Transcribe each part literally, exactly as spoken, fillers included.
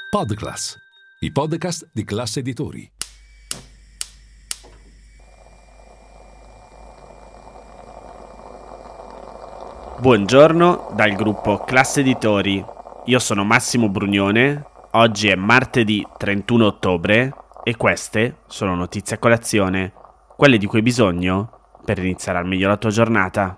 Podclass, i podcast di Classe Editori. Buongiorno dal gruppo Classe Editori. Io sono Massimo Brugnone. Oggi è martedì trentuno ottobre e queste sono notizie a colazione, quelle di cui hai bisogno per iniziare al meglio la tua giornata.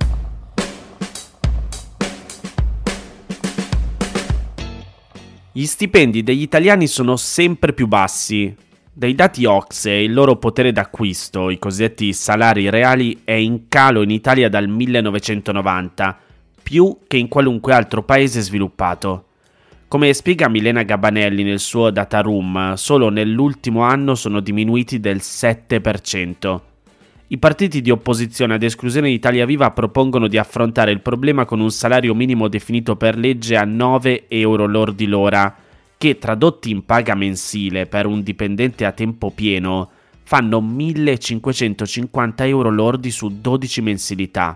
Gli stipendi degli italiani sono sempre più bassi. Dai dati O C S E il loro potere d'acquisto, i cosiddetti salari reali, è in calo in Italia dal millenovecentonovanta, più che in qualunque altro paese sviluppato. Come spiega Milena Gabanelli nel suo Data Room, solo nell'ultimo anno sono diminuiti del sette per cento. I partiti di opposizione ad esclusione di Italia Viva propongono di affrontare il problema con un salario minimo definito per legge a nove euro lordi l'ora, che tradotti in paga mensile per un dipendente a tempo pieno fanno millecinquecentocinquanta euro lordi su dodici mensilità,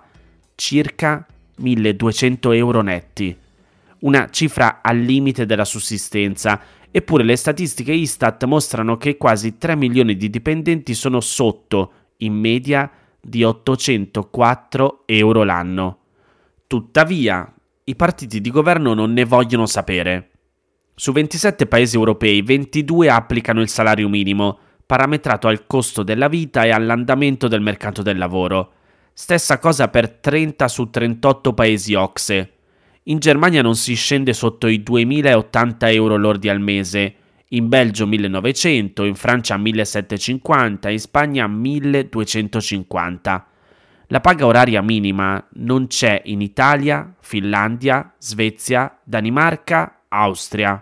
circa milleduecento euro netti. Una cifra al limite della sussistenza, eppure le statistiche Istat mostrano che quasi tre milioni di dipendenti sono sotto in media di ottocentoquattro euro l'anno. Tuttavia, i partiti di governo non ne vogliono sapere. Su ventisette paesi europei, ventidue applicano il salario minimo, parametrato al costo della vita e all'andamento del mercato del lavoro. Stessa cosa per trenta su trentotto paesi O C S E. In Germania non si scende sotto i duemilaottanta euro lordi al mese, in Belgio millenovecento, in Francia millesettecentocinquanta, in Spagna milleduecentocinquanta. La paga oraria minima non c'è in Italia, Finlandia, Svezia, Danimarca, Austria.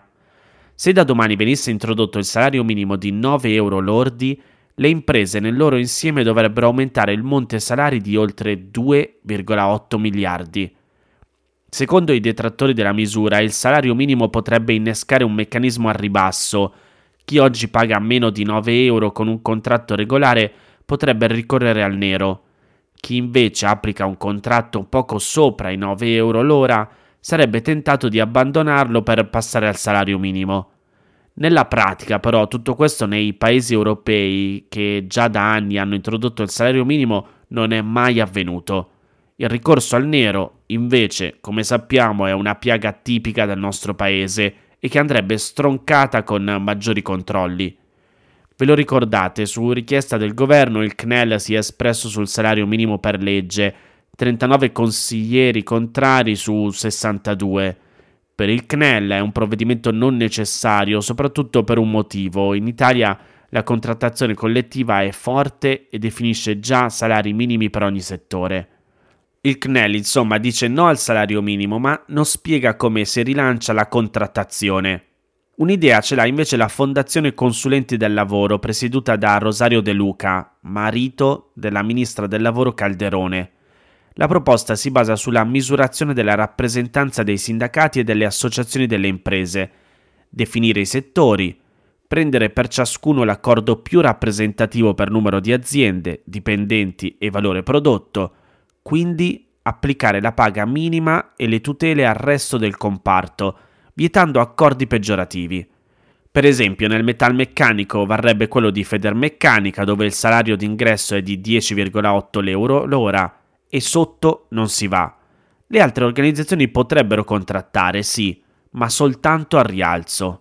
Se da domani venisse introdotto il salario minimo di nove euro lordi, le imprese nel loro insieme dovrebbero aumentare il monte salari di oltre due virgola otto miliardi. Secondo i detrattori della misura, il salario minimo potrebbe innescare un meccanismo al ribasso. Chi oggi paga meno di nove euro con un contratto regolare potrebbe ricorrere al nero. Chi invece applica un contratto poco sopra i nove euro l'ora sarebbe tentato di abbandonarlo per passare al salario minimo. Nella pratica, però, tutto questo nei paesi europei che già da anni hanno introdotto il salario minimo non è mai avvenuto. Il ricorso al nero, invece, come sappiamo, è una piaga tipica del nostro paese e che andrebbe stroncata con maggiori controlli. Ve lo ricordate, su richiesta del governo il C N E L si è espresso sul salario minimo per legge, trentanove consiglieri contrari su sessantadue. Per il C N E L è un provvedimento non necessario, soprattutto per un motivo. In Italia la contrattazione collettiva è forte e definisce già salari minimi per ogni settore. Il C N E L, insomma, dice no al salario minimo, ma non spiega come si rilancia la contrattazione. Un'idea ce l'ha invece la Fondazione Consulenti del Lavoro, presieduta da Rosario De Luca, marito della ministra del Lavoro Calderone. La proposta si basa sulla misurazione della rappresentanza dei sindacati e delle associazioni delle imprese, definire i settori, prendere per ciascuno l'accordo più rappresentativo per numero di aziende, dipendenti e valore prodotto, quindi applicare la paga minima e le tutele al resto del comparto, vietando accordi peggiorativi. Per esempio, nel metalmeccanico varrebbe quello di Federmeccanica, dove il salario d'ingresso è di dieci virgola otto euro l'ora e sotto non si va. Le altre organizzazioni potrebbero contrattare, sì, ma soltanto al rialzo.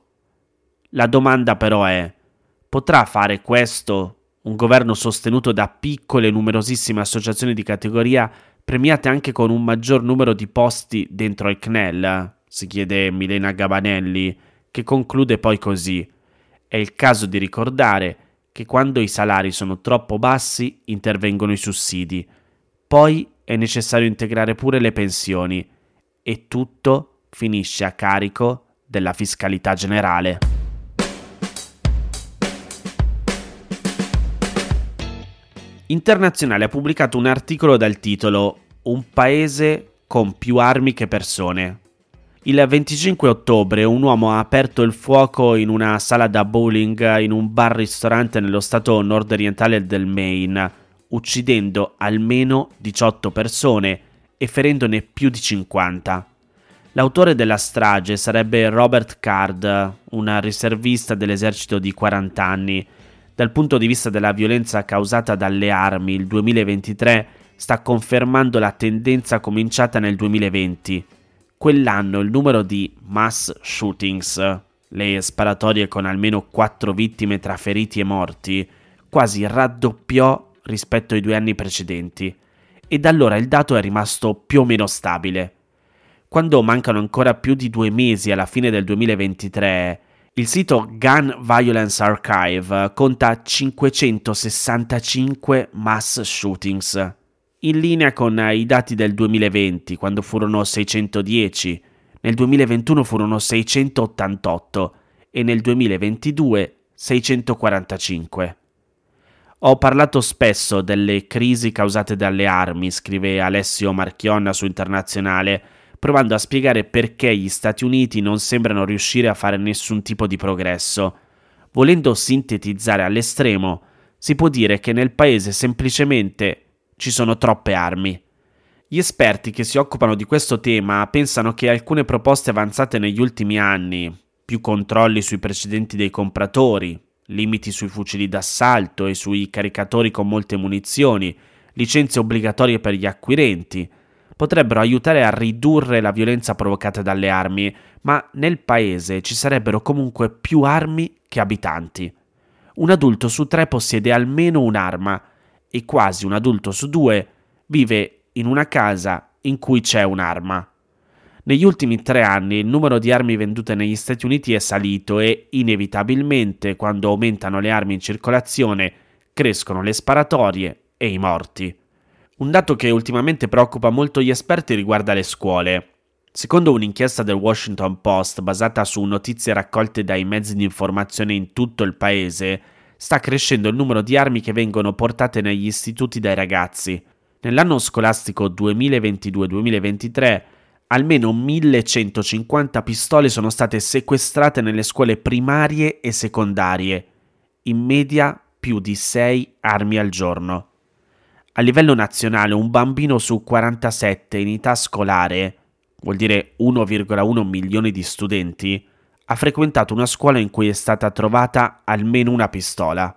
La domanda però è: potrà fare questo un governo sostenuto da piccole e numerosissime associazioni di categoria, premiate anche con un maggior numero di posti dentro il C N E L? Si chiede Milena Gabanelli, che conclude poi così: è il caso di ricordare che quando i salari sono troppo bassi intervengono i sussidi, poi è necessario integrare pure le pensioni e tutto finisce a carico della fiscalità generale. Internazionale ha pubblicato un articolo dal titolo "Un paese con più armi che persone". Il venticinque ottobre un uomo ha aperto il fuoco in una sala da bowling in un bar-ristorante nello stato nord-orientale del Maine, uccidendo almeno diciotto persone e ferendone più di cinquanta. L'autore della strage sarebbe Robert Card, un riservista dell'esercito di quaranta anni. Dal punto di vista della violenza causata dalle armi, il duemilaventitré sta confermando la tendenza cominciata nel duemilaventi. Quell'anno il numero di mass shootings, le sparatorie con almeno quattro vittime tra feriti e morti, quasi raddoppiò rispetto ai due anni precedenti, e da allora il dato è rimasto più o meno stabile. Quando mancano ancora più di due mesi alla fine del duemilaventitré, il sito Gun Violence Archive conta cinquecentosessantacinque mass shootings, in linea con i dati del duemilaventi, quando furono seicentodieci, nel duemilaventuno furono seicentottantotto e nel duemilaventidue seicentoquarantacinque. Ho parlato spesso delle crisi causate dalle armi, scrive Alessio Marchionna su Internazionale, provando a spiegare perché gli Stati Uniti non sembrano riuscire a fare nessun tipo di progresso. Volendo sintetizzare all'estremo, si può dire che nel paese semplicemente ci sono troppe armi. Gli esperti che si occupano di questo tema pensano che alcune proposte avanzate negli ultimi anni, più controlli sui precedenti dei compratori, limiti sui fucili d'assalto e sui caricatori con molte munizioni, licenze obbligatorie per gli acquirenti, potrebbero aiutare a ridurre la violenza provocata dalle armi, ma nel paese ci sarebbero comunque più armi che abitanti. Un adulto su tre possiede almeno un'arma e quasi un adulto su due vive in una casa in cui c'è un'arma. Negli ultimi tre anni il numero di armi vendute negli Stati Uniti è salito e, inevitabilmente, quando aumentano le armi in circolazione, crescono le sparatorie e i morti. Un dato che ultimamente preoccupa molto gli esperti riguarda le scuole. Secondo un'inchiesta del Washington Post basata su notizie raccolte dai mezzi di informazione in tutto il paese, sta crescendo il numero di armi che vengono portate negli istituti dai ragazzi. Nell'anno scolastico duemilaventidue duemilaventitré, almeno millecentocinquanta pistole sono state sequestrate nelle scuole primarie e secondarie, in media più di sei armi al giorno. A livello nazionale un bambino su quarantasette in età scolare, vuol dire uno virgola uno milioni di studenti, ha frequentato una scuola in cui è stata trovata almeno una pistola.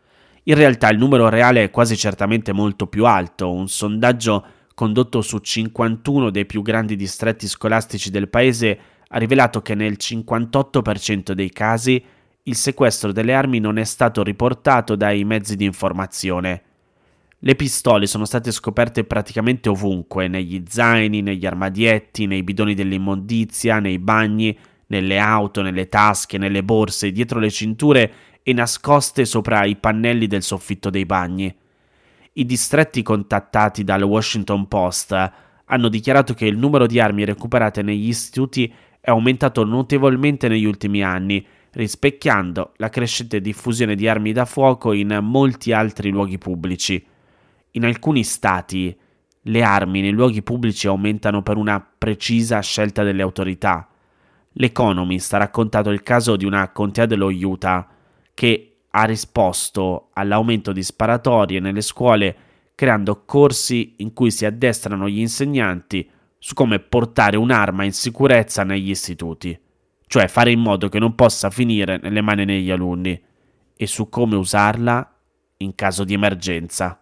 In realtà il numero reale è quasi certamente molto più alto. Un sondaggio condotto su cinquantuno dei più grandi distretti scolastici del paese ha rivelato che nel cinquantotto per cento dei casi il sequestro delle armi non è stato riportato dai mezzi di informazione. Le pistole sono state scoperte praticamente ovunque, negli zaini, negli armadietti, nei bidoni dell'immondizia, nei bagni, nelle auto, nelle tasche, nelle borse, dietro le cinture e nascoste sopra i pannelli del soffitto dei bagni. I distretti contattati dal Washington Post hanno dichiarato che il numero di armi recuperate negli istituti è aumentato notevolmente negli ultimi anni, rispecchiando la crescente diffusione di armi da fuoco in molti altri luoghi pubblici. In alcuni stati le armi nei luoghi pubblici aumentano per una precisa scelta delle autorità. L'Economist ha raccontato il caso di una contea dello Utah che ha risposto all'aumento di sparatorie nelle scuole creando corsi in cui si addestrano gli insegnanti su come portare un'arma in sicurezza negli istituti, cioè fare in modo che non possa finire nelle mani degli alunni, e su come usarla in caso di emergenza.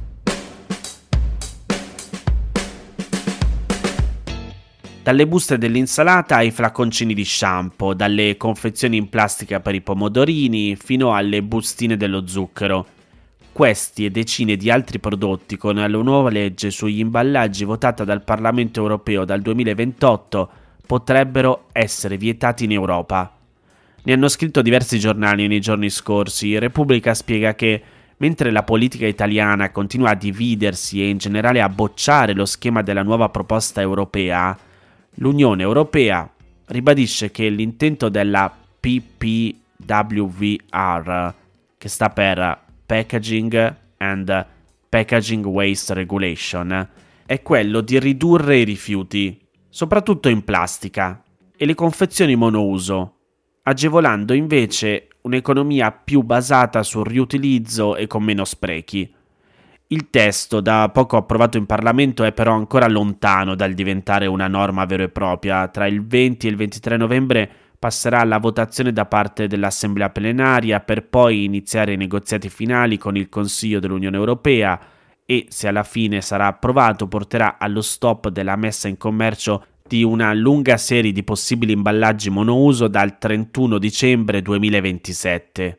Dalle buste dell'insalata ai flacconcini di shampoo, dalle confezioni in plastica per i pomodorini fino alle bustine dello zucchero. Questi e decine di altri prodotti, con la nuova legge sugli imballaggi votata dal Parlamento europeo dal duemilaventotto, potrebbero essere vietati in Europa. Ne hanno scritto diversi giornali nei giorni scorsi. Repubblica spiega che, mentre la politica italiana continua a dividersi e in generale a bocciare lo schema della nuova proposta europea, l'Unione Europea ribadisce che l'intento della P P W V R, che sta per Packaging and Packaging Waste Regulation, è quello di ridurre i rifiuti, soprattutto in plastica, e le confezioni monouso, agevolando invece un'economia più basata sul riutilizzo e con meno sprechi. Il testo, da poco approvato in Parlamento, è però ancora lontano dal diventare una norma vera e propria. Tra il venti e il ventitré novembre passerà alla votazione da parte dell'Assemblea plenaria per poi iniziare i negoziati finali con il Consiglio dell'Unione Europea e, se alla fine sarà approvato, porterà allo stop della messa in commercio di una lunga serie di possibili imballaggi monouso dal trentuno dicembre duemilaventisette.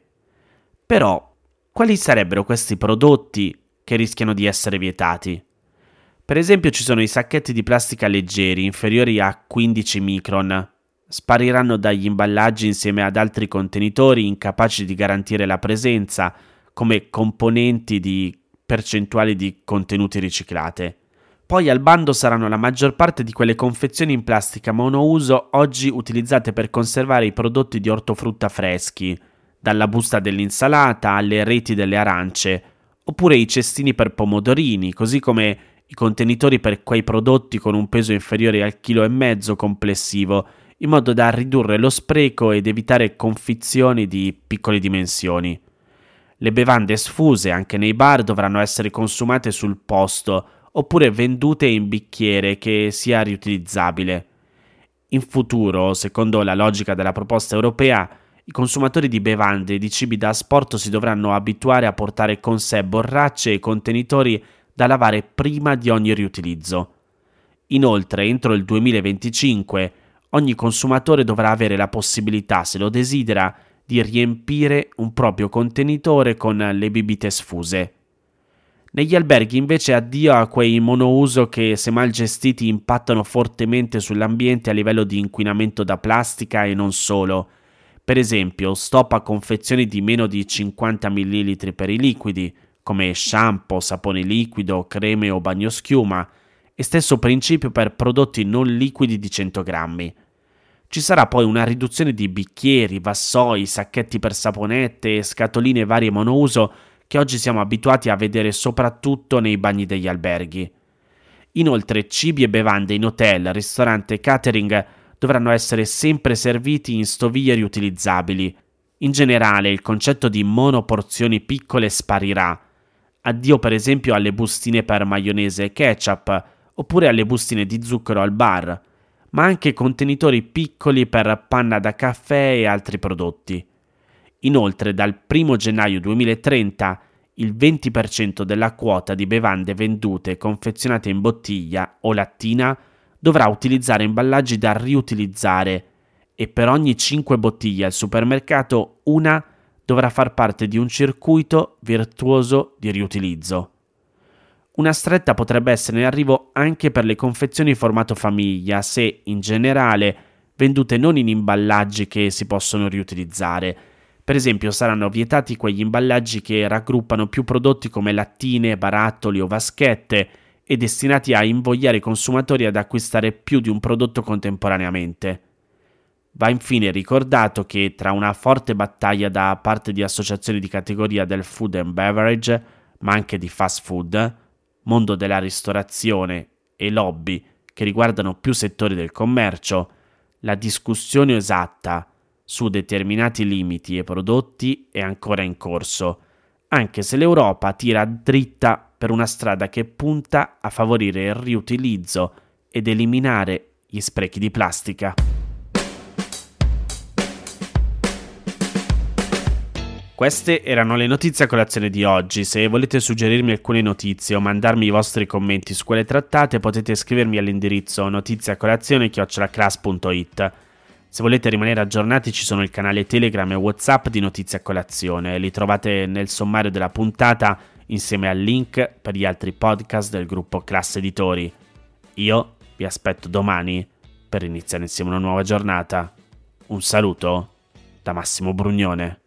Però, quali sarebbero questi prodotti che rischiano di essere vietati? Per esempio ci sono i sacchetti di plastica leggeri inferiori a quindici micron. Spariranno dagli imballaggi insieme ad altri contenitori incapaci di garantire la presenza, come componenti di percentuali di contenuti riciclate. Poi al bando saranno la maggior parte di quelle confezioni in plastica monouso oggi utilizzate per conservare i prodotti di ortofrutta freschi, dalla busta dell'insalata alle reti delle arance, oppure i cestini per pomodorini, così come i contenitori per quei prodotti con un peso inferiore al chilo e mezzo complessivo, in modo da ridurre lo spreco ed evitare confezioni di piccole dimensioni. Le bevande sfuse anche nei bar dovranno essere consumate sul posto oppure vendute in bicchiere che sia riutilizzabile. In futuro, secondo la logica della proposta europea, i consumatori di bevande e di cibi da asporto si dovranno abituare a portare con sé borracce e contenitori da lavare prima di ogni riutilizzo. Inoltre, entro il duemilaventicinque, ogni consumatore dovrà avere la possibilità, se lo desidera, di riempire un proprio contenitore con le bibite sfuse. Negli alberghi invece addio a quei monouso che, se mal gestiti, impattano fortemente sull'ambiente a livello di inquinamento da plastica e non solo. Per esempio, stop a confezioni di meno di cinquanta millilitri per i liquidi, come shampoo, sapone liquido, creme o bagnoschiuma, e stesso principio per prodotti non liquidi di cento grammi. Ci sarà poi una riduzione di bicchieri, vassoi, sacchetti per saponette e scatoline varie monouso che oggi siamo abituati a vedere soprattutto nei bagni degli alberghi. Inoltre, cibi e bevande in hotel, ristorante e catering dovranno essere sempre serviti in stoviglie riutilizzabili. In generale, il concetto di monoporzioni piccole sparirà. Addio per esempio alle bustine per maionese e ketchup, oppure alle bustine di zucchero al bar, ma anche contenitori piccoli per panna da caffè e altri prodotti. Inoltre, dal primo gennaio duemilatrenta, il venti per cento della quota di bevande vendute e confezionate in bottiglia o lattina dovrà utilizzare imballaggi da riutilizzare e per ogni cinque bottiglie al supermercato una dovrà far parte di un circuito virtuoso di riutilizzo. Una stretta potrebbe essere in arrivo anche per le confezioni formato famiglia, se, in generale, vendute non in imballaggi che si possono riutilizzare. Per esempio, saranno vietati quegli imballaggi che raggruppano più prodotti come lattine, barattoli o vaschette e destinati a invogliare i consumatori ad acquistare più di un prodotto contemporaneamente. Va infine ricordato che tra una forte battaglia da parte di associazioni di categoria del food and beverage, ma anche di fast food, mondo della ristorazione e lobby che riguardano più settori del commercio, la discussione esatta su determinati limiti e prodotti è ancora in corso, anche se l'Europa tira dritta per una strada che punta a favorire il riutilizzo ed eliminare gli sprechi di plastica. Queste erano le notizie a colazione di oggi. Se volete suggerirmi alcune notizie o mandarmi i vostri commenti su quelle trattate, potete scrivermi all'indirizzo notiziacolazione chiocciola class punto it. Se volete rimanere aggiornati ci sono il canale Telegram e WhatsApp di Notizie a Colazione. Li trovate nel sommario della puntata insieme al link per gli altri podcast del gruppo Class Editori. Io vi aspetto domani per iniziare insieme una nuova giornata. Un saluto da Massimo Brugnone.